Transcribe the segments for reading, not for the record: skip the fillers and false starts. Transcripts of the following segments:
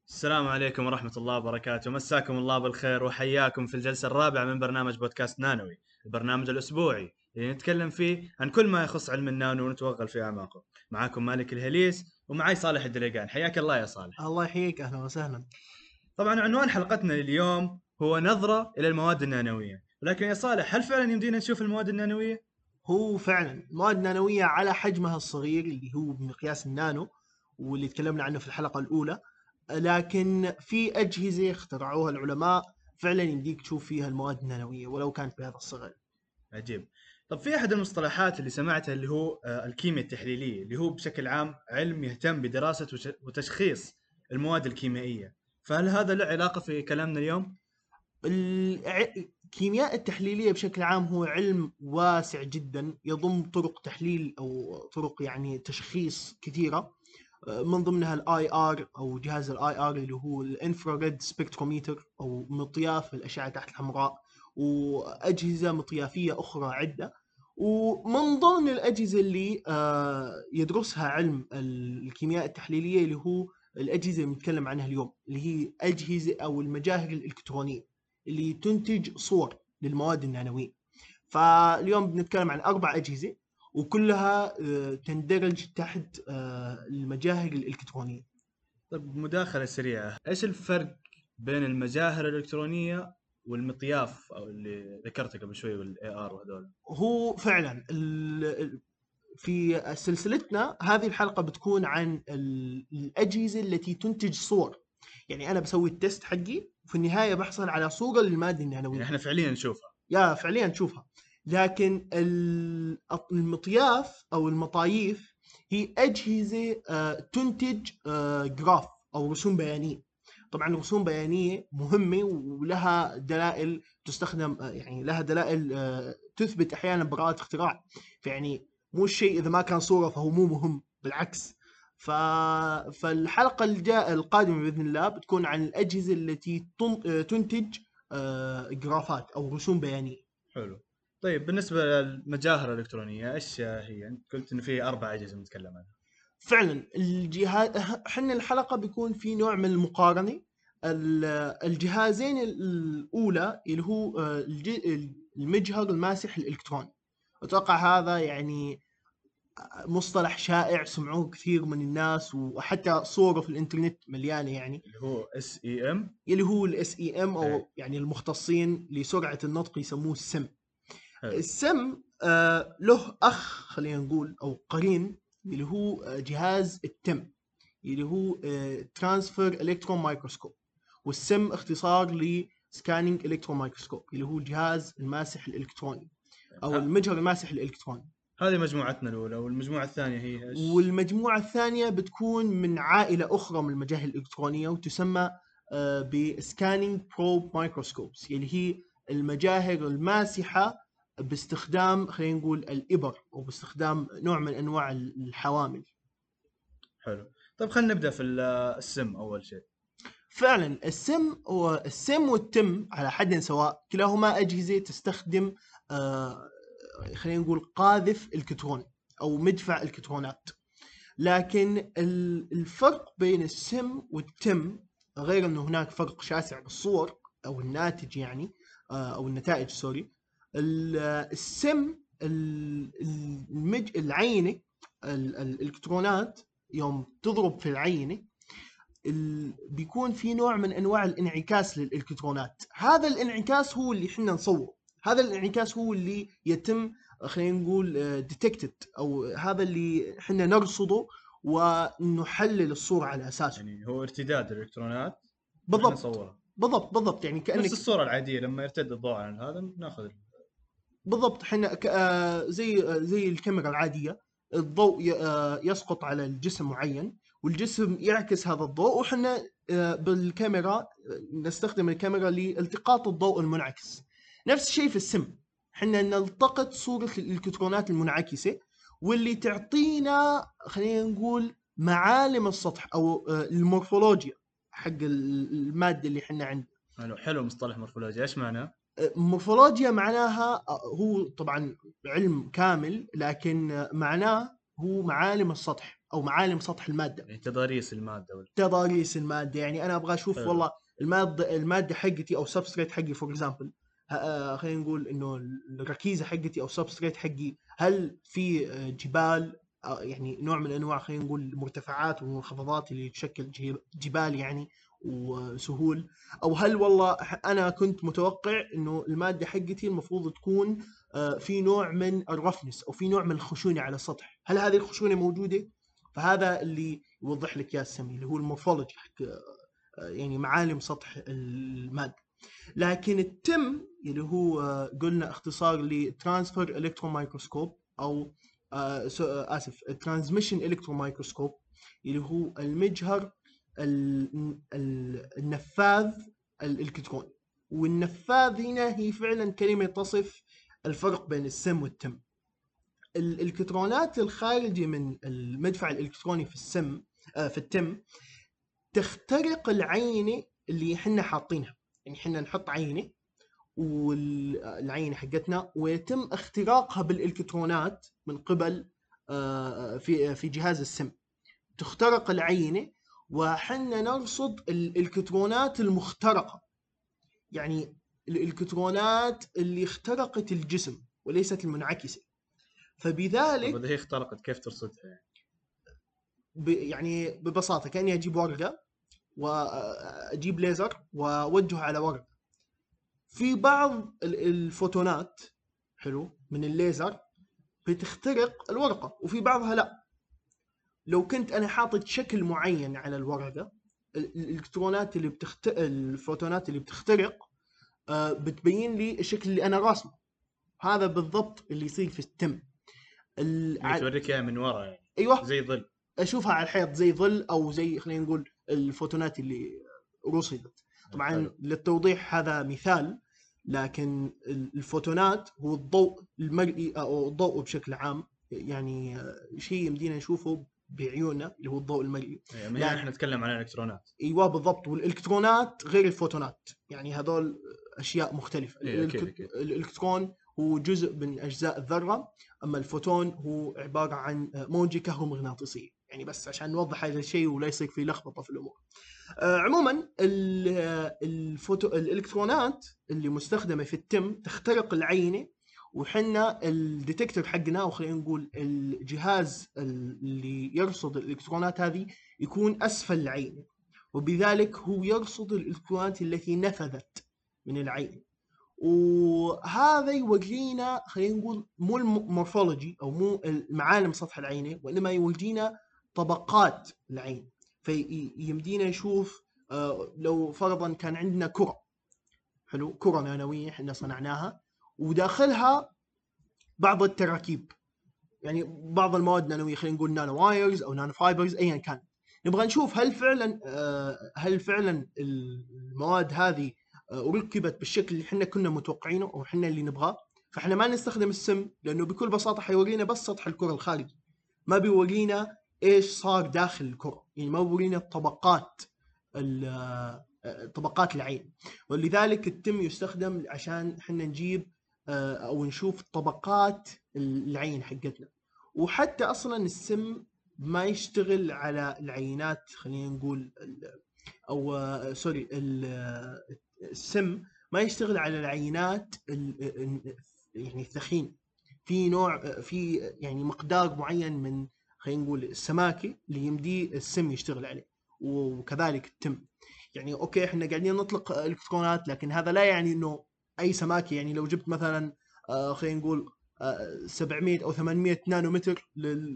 السلام عليكم ورحمة الله وبركاته، مساكم الله بالخير وحياكم في الجلسة الرابعة من برنامج بودكاست نانوي، البرنامج الأسبوعي اللي نتكلم فيه عن كل ما يخص علم النانو ونتوغل في أعماقه. معاكم مالك الهليس ومعاي صالح الدليقان، حياك الله يا صالح. الله يحييك، أهلا وسهلا. طبعا عنوان حلقتنا اليوم هو نظرة إلى المواد النانوية، ولكن يا صالح هل فعلا يمدينا نشوف المواد النانوية؟ هو فعلا المواد النانوية على حجمها الصغير اللي هو بمقياس النانو، واللي تكلمنا عنه في الحلقة الأولى. لكن في أجهزة اخترعوها العلماء فعلا يمديك تشوف فيها المواد النانوية ولو كانت بهذا الصغر. عجيب. طب في أحد المصطلحات اللي سمعتها اللي هو الكيمياء التحليلية، اللي هو بشكل عام علم يهتم بدراسة وتشخيص المواد الكيميائية، فهل هذا له علاقة في كلامنا اليوم؟ الكيمياء التحليلية بشكل عام هو علم واسع جدا، يضم طرق تحليل أو طرق يعني تشخيص كثيرة. من ضمنها الاي ار او جهاز الاي ار اللي هو الانفراريد سبكتروميتر او مطياف الاشعه تحت الحمراء، واجهزه مطيافيه اخرى عده. ومن ضمن الاجهزه اللي يدرسها علم الكيمياء التحليليه اللي هو الاجهزه اللي بنتكلم عنها اليوم، اللي هي اجهزه او المجاهر الالكترونيه اللي تنتج صور للمواد النانويه. فاليوم بنتكلم عن 4 أجهزة، وكلها تندرج تحت المجاهر الإلكترونية. طب مداخلة سريعة، إيش الفرق بين المجاهر الإلكترونية والمطياف أو اللي ذكرته قبل شوي والاي ار وهذول؟ هو فعلا في سلسلتنا هذه الحلقة بتكون عن الأجهزة التي تنتج صور. يعني أنا بسوي التست حقي وفي النهاية بحصل على صورة للمادة يعني النانوية. احنا فعليا نشوفها. يا فعليا تشوفها. لكن المطياف أو المطايف هي أجهزة تنتج جراف أو رسوم بيانية. طبعا رسوم بيانية مهمة ولها دلائل تستخدم، يعني لها دلائل تثبت أحيانا براءة اختراع. فيعني مو الشيء إذا ما كان صورة فهو مو مهم، بالعكس. ف... فالحلقة القادمة بإذن الله بتكون عن الأجهزة التي تنتج جرافات أو رسوم بيانية. حلو. طيب بالنسبة للمجاهر الإلكترونية إيش هي؟ أنت قلت إن في 4 أجهزة بنتكلم عنها. فعلا الجهاز، حنا الحلقة بيكون في نوع من المقارنة. ال- الجهازين الأولى اللي هو المجهر الماسح الإلكتروني. أتوقع هذا يعني مصطلح شائع سمعوه كثير من الناس، وحتى صوره في الإنترنت مليانة يعني. اللي هو اس اي ام. اللي هو الاس اي ام، ايه. او يعني المختصين لسرعة النطق يسموه السم. حلو. السم له اخ، خلينا نقول، او قرين، اللي هو جهاز التم، اللي هو ترانسفير الكترون مايكروسكوب. والسم اختصار لسكانينج الكترون مايكروسكوب اللي هو الجهاز الماسح الالكتروني او ه- المجهر الماسح الالكتروني. هذه مجموعتنا الأولى، والمجموعة الثانية هي إيش؟ والمجموعة الثانية بتكون من عائلة أخرى من المجاهر الإلكترونية، وتسمى بسكانينج بروب مايكروسكوبس، اللي هي المجاهر الماسحة باستخدام، خلينا نقول، الإبر، أو باستخدام نوع من أنواع الحوامل. حلو. طيب خلينا نبدأ في السم أول شيء. فعلا السم والتم على حد سواء، كلاهما أجهزة تستخدم آه، خلينا نقول قاذف الكترون أو مدفع الكترونات. لكن الفرق بين السم والتم، غير انه هناك فرق شاسع بالصور او الناتج يعني، او النتائج، سوري. السم العينه، الالكترونات يوم تضرب في العينه، بيكون في نوع من انواع الانعكاس للالكترونات. هذا الانعكاس هو اللي احنا نصوره. هذا الانعكاس هو اللي يتم، خلينا نقول، ديتكتد، او هذا اللي احنا نرصده ونحلل الصورة على اساسه. يعني هو ارتداد الإلكترونات وإحنا بالضبط، نصورها. بالضبط يعني نفس كأنك. الصورة العادية لما يرتد الضوء عن هذا ناخذ بالضبط، احنا زي الكاميرا العادية. الضوء يسقط على الجسم معين، والجسم يعكس هذا الضوء، وحنا بالكاميرا نستخدم الكاميرا لالتقاط الضوء المنعكس. نفس الشيء في السم، حنا نلتقط صورة الإلكترونات المنعكسة، واللي تعطينا، خلينا نقول، معالم السطح أو المورفولوجيا حق المادة اللي حنا عندنا. حلو. حلو مصطلح مورفولوجيا، إيش معناه؟ مورفولوجيا معناها هو طبعا علم كامل، لكن معناه هو معالم السطح. او معالم سطح الماده. يعني تضاريس الماده تضاريس الماده، يعني انا ابغى اشوف حلو. والله الماده حقتي او سبستريت حقي فور اكزامبل، خلينا نقول انه الركيزه حقتي او سبستريت حقي هل في جبال، يعني نوع من انواع خلينا نقول المرتفعات والمنخفضات اللي تشكل جبال يعني وسهول، او هل والله انا كنت متوقع انه الماده حقتي المفروض تكون في نوع من الرفنس او في نوع من الخشونه على السطح، هل هذه الخشونه موجوده؟ فهذا اللي يوضح لك يا السمي اللي هو المورفولوجي حق يعني معالم سطح الماده. لكن التم اللي هو قلنا اختصار لترانسفير الكترون مايكروسكوب او اسف الترانسميشن الكترون مايكروسكوب، اللي هو المجهر النفاذ الالكتروني. والنفاذ هنا هي فعلا كلمه تصف الفرق بين السم والتم. الالكترونات الخارجه من المدفع الالكتروني في السم في التم تخترق العينه اللي احنا حاطينها، يعني احنا نحط عينه والعينه حقتنا ويتم اختراقها بالالكترونات من قبل في جهاز السم، تخترق العينه وحنا نرصد الالكترونات المخترقه، يعني الالكترونات اللي اخترقت الجسم وليست المنعكسه. طب فبذلك اذا هي اخترقت كيف ترصدها يعني؟ يعني ببساطه كاني اجيب ورقه واجيب ليزر واوجهه على ورقه، في بعض الفوتونات حلو من الليزر بتخترق الورقه وفي بعضها لا. لو كنت انا حاطط شكل معين على الورقه، الالكترونات الفوتونات اللي بتخترق بتبين لي الشكل اللي انا راسمه. هذا بالضبط اللي يصير في التم. اللي توريك اياها من ورا يعني، ايوه، زي ظل. اشوفها على الحيط زي ظل او زي خلينا نقول الفوتونات اللي رصدت. طبعا حلو. للتوضيح هذا مثال، لكن الفوتونات هو الضوء المرئي او الضوء بشكل عام، يعني شيء يمدينا نشوفه بعيوننا اللي هو الضوء المرئي. يعني هنا لكن احنا نتكلم عن الالكترونات. ايوه بالضبط، والالكترونات غير الفوتونات، يعني هذول اشياء مختلفه. اي اكيد اكيد. الالكترون هو جزء من اجزاء الذره، اما الفوتون هو عباره عن موجه كهرومغناطيسيه، يعني بس عشان نوضح هذا الشيء ولا يصير في لخبطه في الامور. عموما الالكترونات اللي مستخدمه في التم تخترق العينه، وحنا الديتكتور حقنا او خلينا نقول الجهاز اللي يرصد الالكترونات هذه يكون اسفل العينه، وبذلك هو يرصد الالكترونات التي نفذت من العين. وهذا يورينا خلينا نقول مو المورفولوجي او مو معالم سطح العينه، وانما يورينا طبقات العين. فيمدينا نشوف لو فرضا كان عندنا كره، حلو، كره نانويه احنا صنعناها وداخلها بعض التراكيب، يعني بعض المواد نانويه خلينا نقول نانو وايرز او نانو فايبرز ايا كان. نبغى نشوف هل فعلا المواد هذه ركبت بالشكل اللي احنا كنا متوقعينه او احنا اللي نبغاه. فاحنا ما نستخدم السم لانه بكل بساطه حيورينا بس سطح الكره الخارجي، ما بيورينا ايش صار داخل الكره، يعني ما بيورينا طبقات العين. ولذلك التم يستخدم عشان احنا نجيب او نشوف طبقات العين حقتنا. وحتى اصلا السم ما يشتغل على العينات خلينا نقول او سوري السم ما يشتغل على العينات يعني الثخين، في نوع في يعني مقدار معين من خلينا نقول السماكه اللي يمدي السم يشتغل عليه. وكذلك التم، يعني اوكي احنا قاعدين نطلق الكترونات، لكن هذا لا يعني انه اي سماكه، يعني لو جبت مثلا خلينا نقول 700 او 800 نانومتر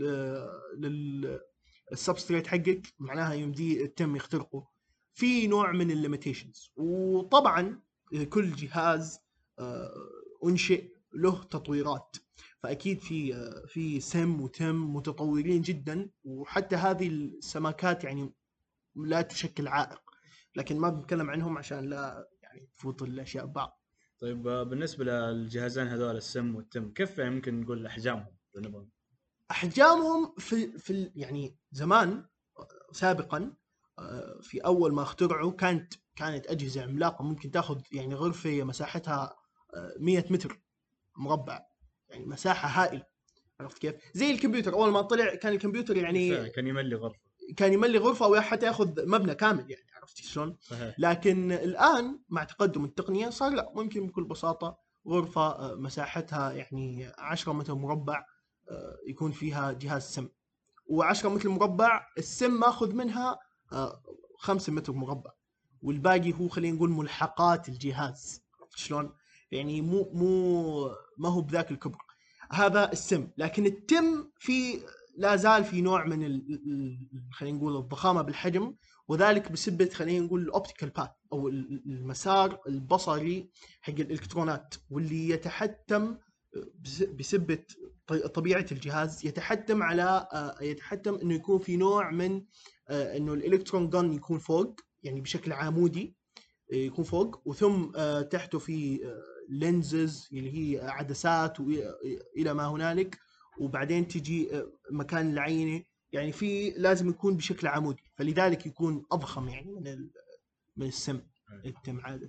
للسبستريت حقك معناها يمدي التم يخترقه. في نوع من الليميتيشنز. وطبعا كل جهاز انشئ له تطويرات، فاكيد في سم وتم متطورين جدا، وحتى هذه السماكات يعني لا تشكل عائق، لكن ما بنتكلم عنهم عشان لا يعني تفوت الاشياء ببعض. طيب بالنسبه للجهازين هذول السم والتم، كيف يعني ممكن نقول احجامهم إذا نبغى؟ احجامهم يعني زمان سابقا في اول ما اخترعوا كانت اجهزه عملاقه ممكن تاخذ يعني غرفه مساحتها 100 متر مربع، يعني مساحه هائله عرفت كيف؟ زي الكمبيوتر اول ما طلع كان الكمبيوتر يعني كان يملي غرفه. كان يملي غرفه او حتى ياخذ مبنى كامل يعني، عرفت شلون؟ صحيح. لكن الان مع تقدم التقنيه صار لا، ممكن بكل بساطه غرفه مساحتها يعني 10 متر مربع يكون فيها جهاز سم، و10 متر مربع السم ماخذ منها 5 متر مربع، والباقي هو خلينا نقول ملحقات الجهاز، عرفت شلون؟ يعني ما هو بذاك الكبر. هذا السم. لكن التم في لا زال في نوع من خلينا نقول الضخامه بالحجم، وذلك بسبه خلينا نقول الاوبتيكال باث او المسار البصري حق الالكترونات، واللي يتحتم بسبه طبيعه الجهاز يتحتم على يتحتم انه يكون في نوع من انه الالكترون جن يكون فوق، يعني بشكل عمودي يكون فوق، وثم تحته في لينزز اللي هي عدسات والى ما هنالك، وبعدين تجي مكان العينه، يعني في لازم يكون بشكل عمودي، فلذلك يكون اضخم يعني من السم التم عاده.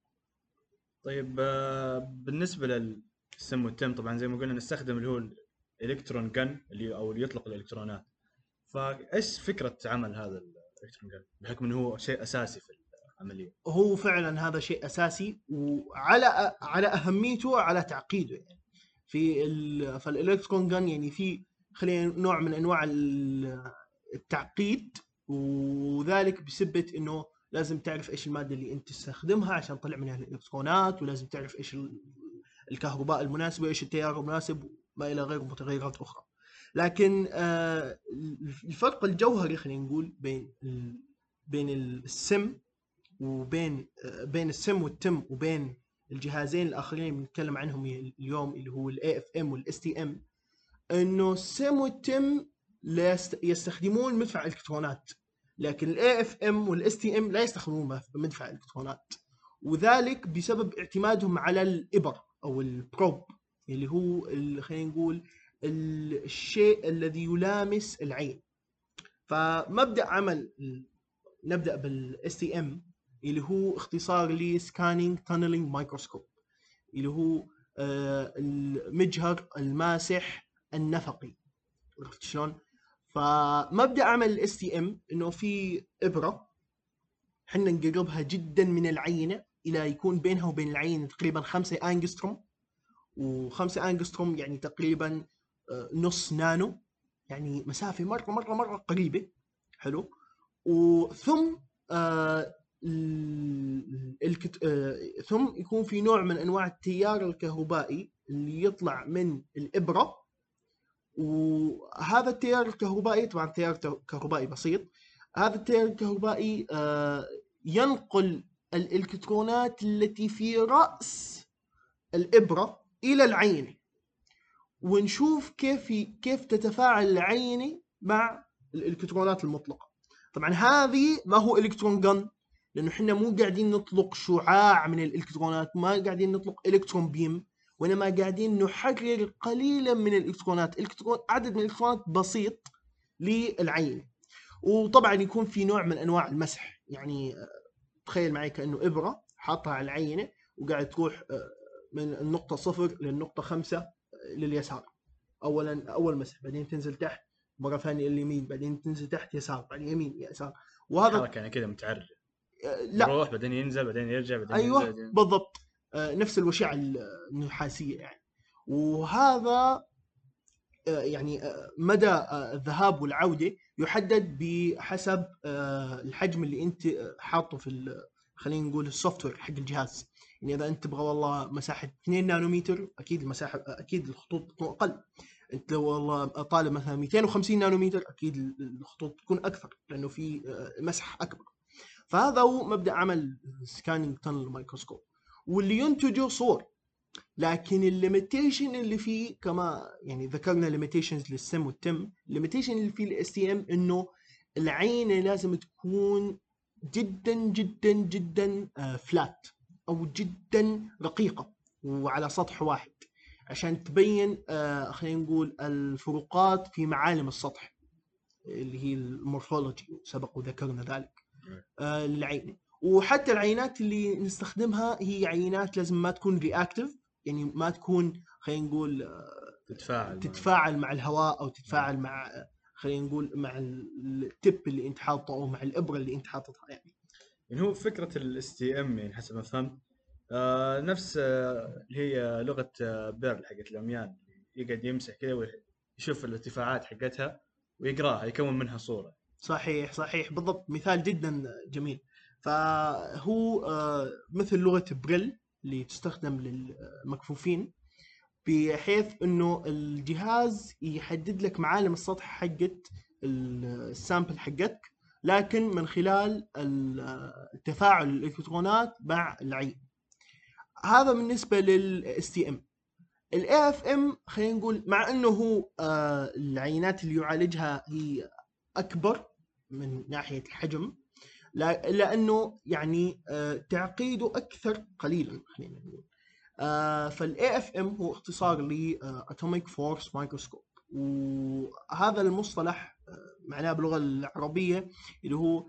طيب بالنسبه للسم والتم، طبعا زي ما قلنا نستخدم اللي هو الالكترون جن اللي يطلق الالكترونات. فايش فكره عمل هذا الالكترون جن بحكم انه هو شيء اساسي في العمليه؟ هو فعلا هذا شيء اساسي، على اهميته على تعقيده يعني. فالالكترون جن يعني في خلينا نوع من انواع التعقيد، وذلك بسبه انه لازم تعرف ايش الماده اللي انت تستخدمها عشان تطلع منها الالكترونات، ولازم تعرف ايش الكهرباء المناسبه، ايش التيار المناسب، وما الى غيره متغيرات اخرى. لكن الفرق الجوهري خلينا نقول بين السم وبين بين السم والتم وبين الجهازين الاخرين اللي بنتكلم عنهم اليوم اللي هو الاي اف ام والاس تي ام، انه السم والتم يستخدمون مدفع الكترونات، لكن الاي اف ام والاس تي ام لا يستخدمون مدفع الكترونات، وذلك بسبب اعتمادهم على الابر او البروب اللي هو خلينا نقول الشيء الذي يلامس العين. فمبدا عمل نبدا بالاس تي ام اللي هو اختصار ل سكانينج تانلينج مايكروسكوب، اللي هو المجهر الماسح النفقي، عرفت شلون؟ فمبدا عمل الاس تي ام انه في ابره حنا نقربها جدا من العينه الى يكون بينها وبين العينه تقريبا 5 انجستروم، و5 انجستروم يعني تقريبا نص نانو، يعني مسافه مره قريبه. حلو. وثم ثم يكون في نوع من انواع التيار الكهربائي اللي يطلع من الابره، وهذا التيار الكهربائي طبعا تيار كهربائي بسيط، هذا التيار الكهربائي ينقل الالكترونات التي في راس الابره الى العينه، ونشوف كيف تتفاعل العينه مع الالكترونات المطلقه. طبعا هذه ما هو الكترون جن، لانه احنا مو قاعدين نطلق شعاع من الالكترونات، ما قاعدين نطلق الكترون بيم، وانما قاعدين نحرر قليلا من الالكترونات، عدد من الالكترونات بسيط للعين. وطبعا يكون في نوع من انواع المسح، يعني تخيل معي كانه ابره حاطها على العينه وقاعد تروح من النقطه 0 للنقطه 5 لليسار، اول مسح، بعدين تنزل تحت مره ثانيه اليمين، بعدين تنزل تحت يسار، بعدين يمين يسار، وهذا حركه يعني كذا متعرج، لا يروح بعدين ينزل بعدين يرجع بعدين ايوه ينزل بعدين. بالضبط نفس الوشعه النحاسيه يعني. وهذا يعني مدى الذهاب والعوده يحدد بحسب الحجم اللي انت حاطه في خلينا نقول السوفت وير حق الجهاز. يعني اذا انت تبغى والله مساحه 2 نانومتر اكيد المساحه اكيد الخطوط تكون اقل، انت لو والله طالب مثلا 250 نانومتر اكيد الخطوط تكون اكثر لانه في مسح اكبر. فهذا هو مبدا عمل سكانينج تانل مايكروسكوب، واللي ينتجه صور. لكن الليميتيشن اللي فيه كما يعني ذكرنا ليميتيشنز للسم والتم، الليميتيشن اللي فيه الاس تي ام انه العين لازم تكون جدا فلات او جدا رقيقه وعلى سطح واحد، عشان تبين خلينا نقول الفروقات في معالم السطح اللي هي المورفولوجي، سبق وذكرنا ذلك للعين. وحتى العينات اللي نستخدمها هي عينات لازم ما تكون رياكتيف، يعني ما تكون خلينا نقول تتفاعل مع الهواء او تتفاعل مع، خلينا نقول مع التب اللي انت حاطه او مع الابره اللي انت حاططها يعني. يعني هو فكرة ال STM يعني حسب ما فهمت نفس اللي هي لغة بيرل حقت العميان، يقعد يمسح كذا ويشوف الارتفاعات حقتها ويقراها يكون منها صورة. صحيح صحيح بالضبط، مثال جدا جميل. فهو مثل لغة بريل اللي تستخدم للمكفوفين، بحيث انه الجهاز يحدد لك معالم السطح حقت السامبل حقتك، لكن من خلال تفاعل الالكترونات مع العين. هذا بالنسبة لل STM. ال AFM خلينا نقول مع انه هو العينات اللي يعالجها هي اكبر من ناحية الحجم، لانه يعني تعقيده اكثر قليلا خلينا نقول. فال AFM هو اختصار ل Atomic Force Microscope، وهذا المصطلح معناه باللغة العربية اللي هو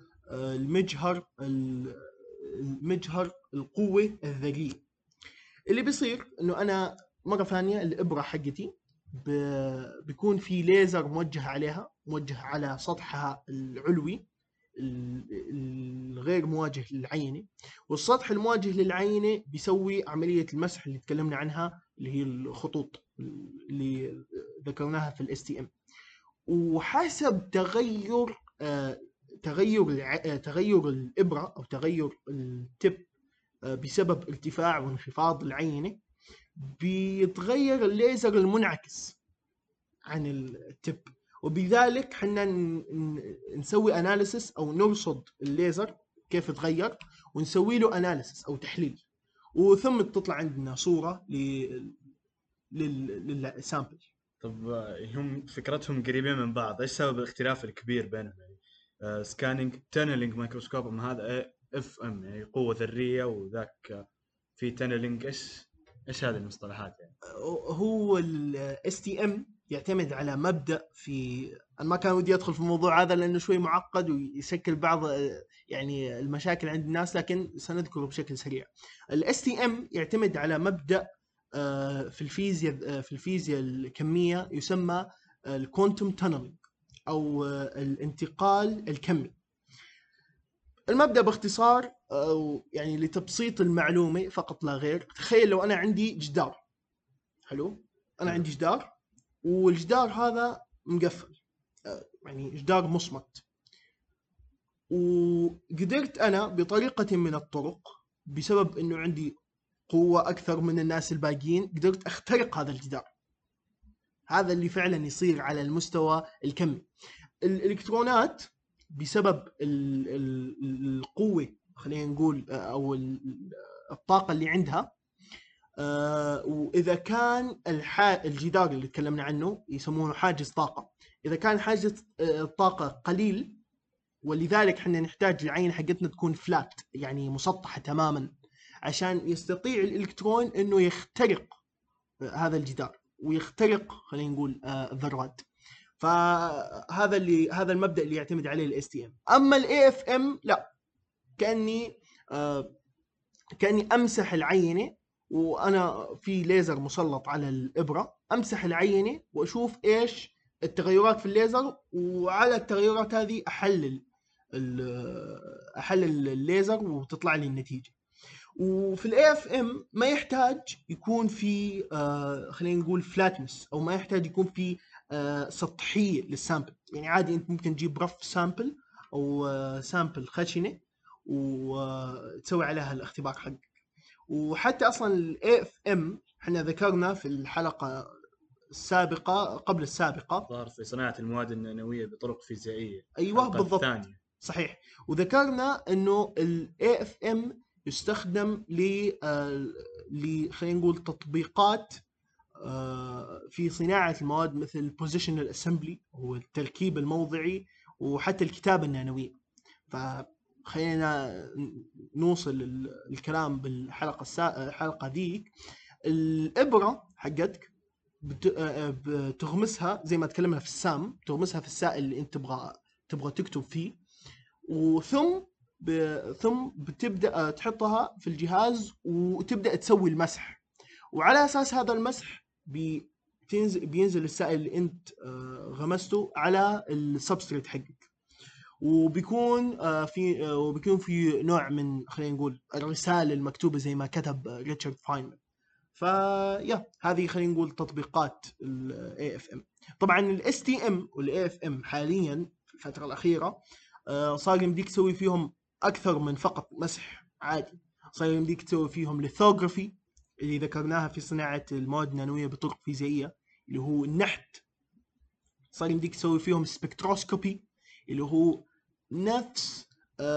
المجهر القوة الذرية. اللي بيصير انه انا مرة ثانية الابرة حقتي بيكون في ليزر موجه عليها، موجه على سطحها العلوي الغير مواجه للعينة، والسطح المواجه للعينة بيسوي عملية المسح اللي تكلمنا عنها اللي هي الخطوط اللي ذكرناها في الاس تي ام. وحسب تغير الإبرة أو تغير التب بسبب ارتفاع وانخفاض العينة، بيتغير الليزر المنعكس عن التب، وبذلك حنا نسوي اناليسس او نرصد الليزر كيف تغير ونسوي له اناليسس او تحليل، وثم تطلع عندنا صورة للسامبل. طب هم فكرتهم قريبين من بعض، ايش سبب الاختلاف الكبير بينهم يعني؟ سكاننج تانلينج مايكروسكوب، اما هذا اف ام يعني قوة ذرية، وذاك في تانلينج. ايش هذه المصطلحات يعني؟ هو الاس تي ام يعتمد على مبدأ، في انا ما كان ودي ادخل في الموضوع هذا لانه شوي معقد ويشكل بعض يعني المشاكل عند الناس، لكن سنذكره بشكل سريع. الاس تي ام يعتمد على مبدأ في الفيزياء الكمية يسمى الكوانتم تانلينج او الانتقال الكمي. المبدأ باختصار أو يعني لتبسيط المعلومة فقط لا غير، تخيل لو أنا عندي جدار، حلو، أنا حلو. عندي جدار والجدار هذا مقفل، يعني جدار مصمت، وقدرت أنا بطريقة من الطرق بسبب أنه عندي قوة أكثر من الناس الباقيين قدرت أخترق هذا الجدار. هذا اللي فعلا يصير على المستوى الكمي. الإلكترونات بسبب القوة خلينا نقول أو الطاقة اللي عندها، وإذا كان الجدار اللي تكلمنا عنه يسمونه حاجز طاقة، إذا كان حاجز الطاقة قليل، ولذلك احنا نحتاج العين حقتنا تكون فلات يعني مسطحة تماما عشان يستطيع الإلكترون إنه يخترق هذا الجدار ويخترق خلينا نقول الذرات. هذا المبدأ اللي يعتمد عليه الاس تي ام. اما الاي اف ام لا، كاني امسح العينه وانا في ليزر مسلط على الابره، امسح العينه واشوف ايش التغيرات في الليزر، وعلى التغيرات هذه احلل الليزر وتطلع لي النتيجه. وفي الاي اف ام ما يحتاج يكون في خلينا نقول فلاتنس، او ما يحتاج يكون في سطحيه للسامبل. يعني عادي انت ممكن تجيب رف سامبل او سامبل خشنه وتسوي عليها الاختبار حقك. وحتى اصلا الاي اف ام احنا ذكرنا في الحلقه السابقه قبل السابقه، ظهر في صناعة المواد النانوية بطرق فيزيائية ايوه الحلقة بالضبط الثانية. صحيح، وذكرنا انه ال AFM يستخدم خلينا نقول تطبيقات في صناعة المواد مثل positional assembly هو التركيب الموضعي، وحتى الكتابة النانوية. فخلينا نوصل الكلام بالحلقة الحلقة ذيك. الإبرة حقتك بتغمسها زي ما تكلمنا في السام، تغمسها في السائل اللي انت تبغى تكتب فيه، ثم بتبدأ تحطها في الجهاز وتبدأ تسوي المسح. وعلى أساس هذا المسح بينزل السائل اللي انت غمسته على السبستريت حقك، وبيكون وبيكون في نوع من، خلينا نقول، الرسالة المكتوبة زي ما كتب ريتشارد فاينمان. فيا هذه خلينا نقول تطبيقات ال AFM. طبعا ال STM وال AFM حاليا في الفترة الأخيرة صار يمديك تسوي فيهم أكثر من فقط مسح عادي. صار يمديك تسوي فيهم ليثوغرافي اللي ذكرناها في صناعة المواد النانوية بطرق فيزيائية اللي هو النحت. صار يمديك تسوي فيهم سبكتروسكوبي اللي هو نفس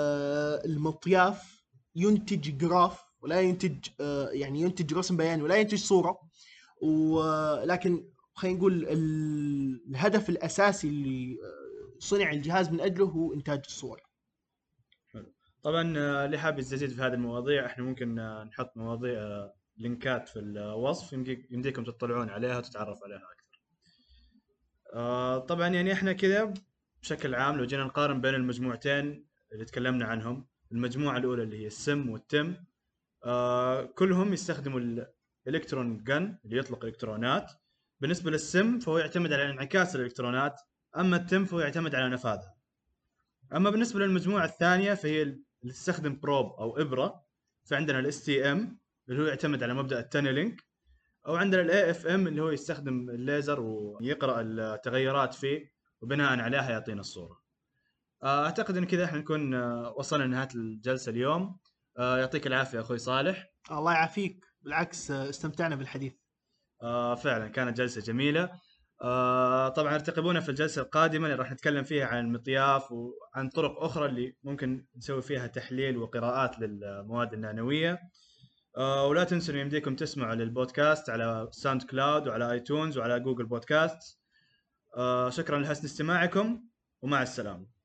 المطياف ينتج جراف ولا ينتج يعني ينتج رسم بياني ولا ينتج صورة، ولكن خلينا نقول الهدف الأساسي اللي صنع الجهاز من أجله هو إنتاج الصور. طبعا اللي حاب يستزيد في هذه المواضيع احنا ممكن نحط مواضيع لينكات في الوصف يمديكم تطلعون عليها وتتعرف عليها اكثر. طبعا يعني احنا كذا بشكل عام لو جينا نقارن بين المجموعتين اللي تكلمنا عنهم، المجموعة الأولى اللي هي السم والتم، كلهم يستخدموا الإلكترون جن اللي يطلق إلكترونات. بالنسبة للسم فهو يعتمد على انعكاس الإلكترونات، أما التم فهو يعتمد على نفاذها. أما بالنسبة للمجموعة الثانية فهي اللي تستخدم بروب أو إبرة، فعندنا ال STM اللي هو يعتمد على مبدأ التانلينج، أو عندنا ال AFM اللي هو يستخدم الليزر ويقرأ التغيرات فيه وبناء عليها يعطينا الصورة. اعتقد ان كذا احنا نكون وصلنا لنهايه الجلسه اليوم. يعطيك العافيه اخوي صالح. الله يعافيك، بالعكس استمتعنا بالحديث. فعلا كانت جلسه جميله. طبعا ارتقبونا في الجلسه القادمه اللي راح نتكلم فيها عن المطياف وعن طرق اخرى اللي ممكن نسوي فيها تحليل وقراءات للمواد النانويه. ولا تنسوا ان يمديكم تسمعوا للبودكاست على ساوند كلاود وعلى ايتونز وعلى جوجل بودكاست. شكرا لحسن استماعكم ومع السلامه.